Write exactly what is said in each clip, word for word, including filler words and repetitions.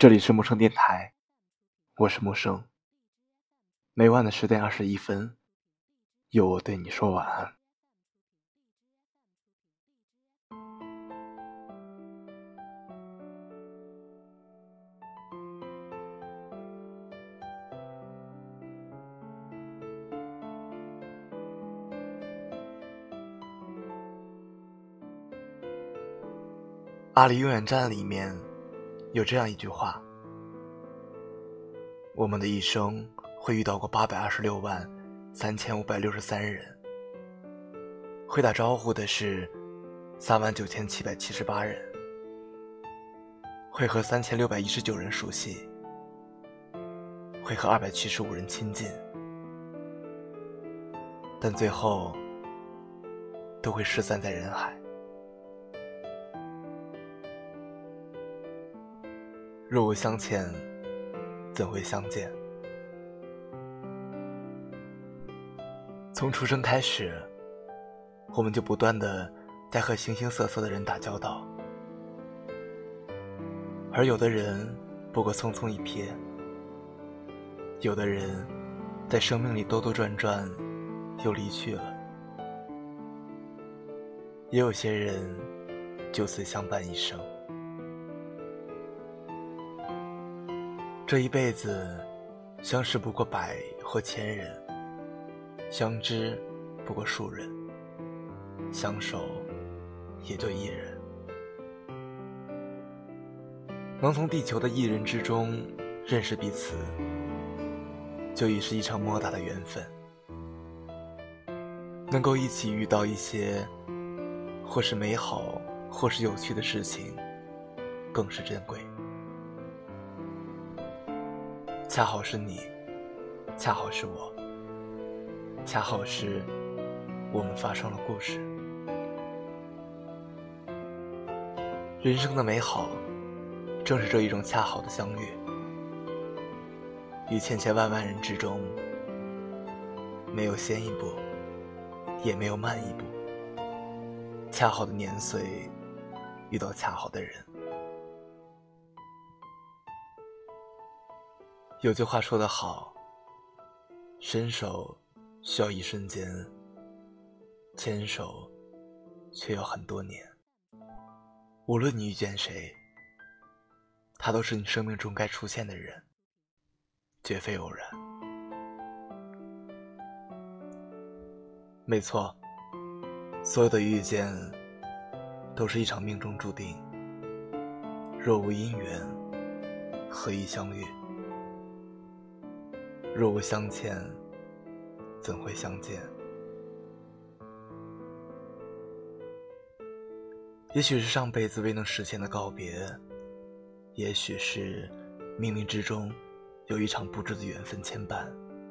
这里是陌生电台，我是陌生。每晚的十点二十一分，有我对你说晚安。阿里永远站里面有这样一句话：我们的一生会遇到过八百二十六万三千五百六十三人，会打招呼的是三万九千七百七十八人，会和三千六百一十九人熟悉，会和二百七十五人亲近，但最后都会失散在人海。若无相欠，怎会相见？从出生开始，我们就不断地在和形形色色的人打交道，而有的人不过匆匆一瞥，有的人在生命里兜兜转转又离去了，也有些人就此相伴一生。这一辈子，相识不过百或千人，相知不过数人，相守也就一人。能从地球的一人之中认识彼此，就已是一场莫大的缘分。能够一起遇到一些或是美好或是有趣的事情，更是珍贵。恰好是你，恰好是我，恰好是我们发生了故事。人生的美好正是这一种恰好的相遇，于千千万万人之中，没有先一步，也没有慢一步，恰好的年岁遇到恰好的人。有句话说得好，伸手需要一瞬间，牵手却要很多年。无论你遇见谁，他都是你生命中该出现的人，绝非偶然。没错，所有的遇见都是一场命中注定。若无因缘，何以相遇？若无相欠，怎会相见？也许是上辈子未能实现的告别，也许是冥冥之中有一场不知的缘分牵绊。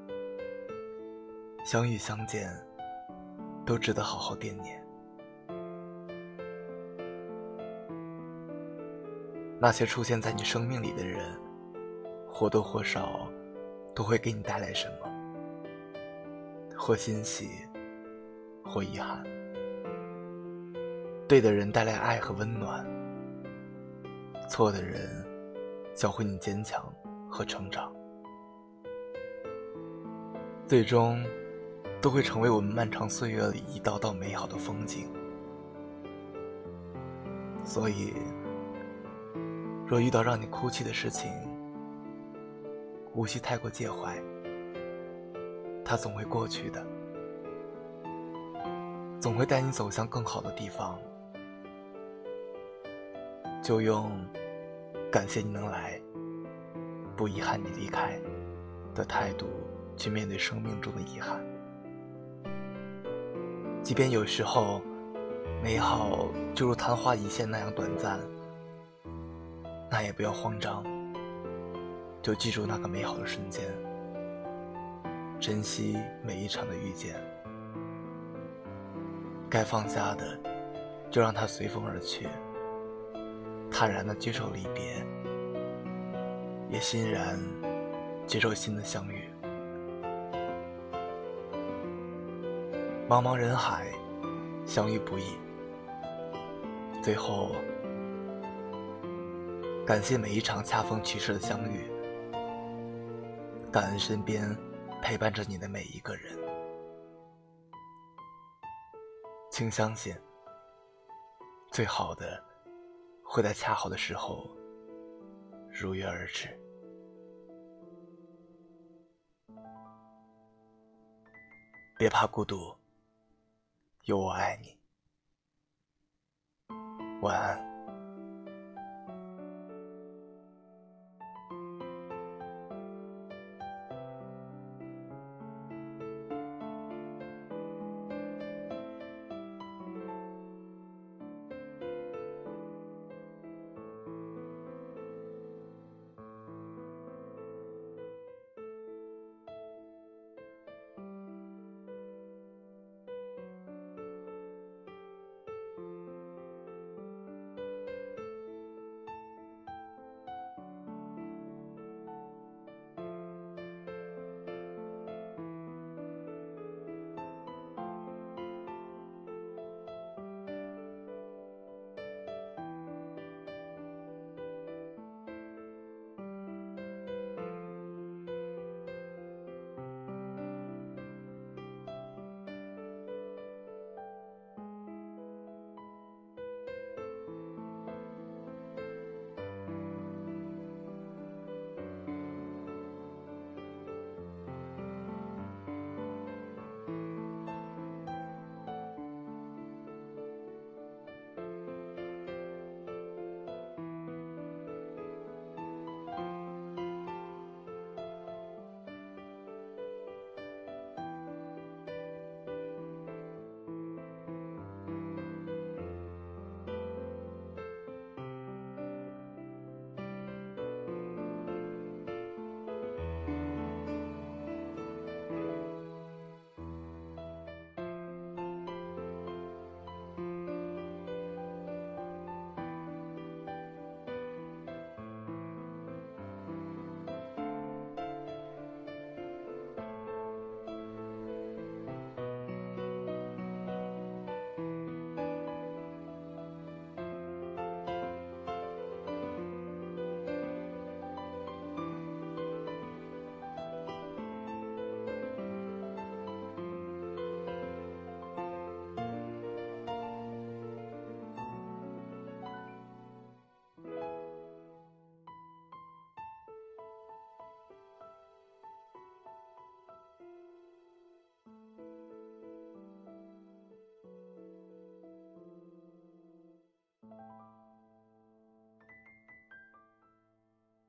相遇相见，都值得好好惦念。那些出现在你生命里的人，或多或少都会给你带来什么，或欣喜，或遗憾。对的人带来爱和温暖，错的人教会你坚强和成长，最终都会成为我们漫长岁月里一道道美好的风景。所以，若遇到让你哭泣的事情，无需太过介怀，它总会过去的，总会带你走向更好的地方。就用感谢你能来，不遗憾你离开的态度去面对生命中的遗憾。即便有时候美好就如昙花一现那样短暂，那也不要慌张，就记住那个美好的瞬间，珍惜每一场的遇见。该放下的就让它随风而去，坦然地接受离别，也欣然接受新的相遇。茫茫人海，相遇不易，最后感谢每一场恰逢其时的相遇，感恩身边陪伴着你的每一个人。请相信，最好的会在恰好的时候如约而至。别怕孤独，有我爱你。晚安。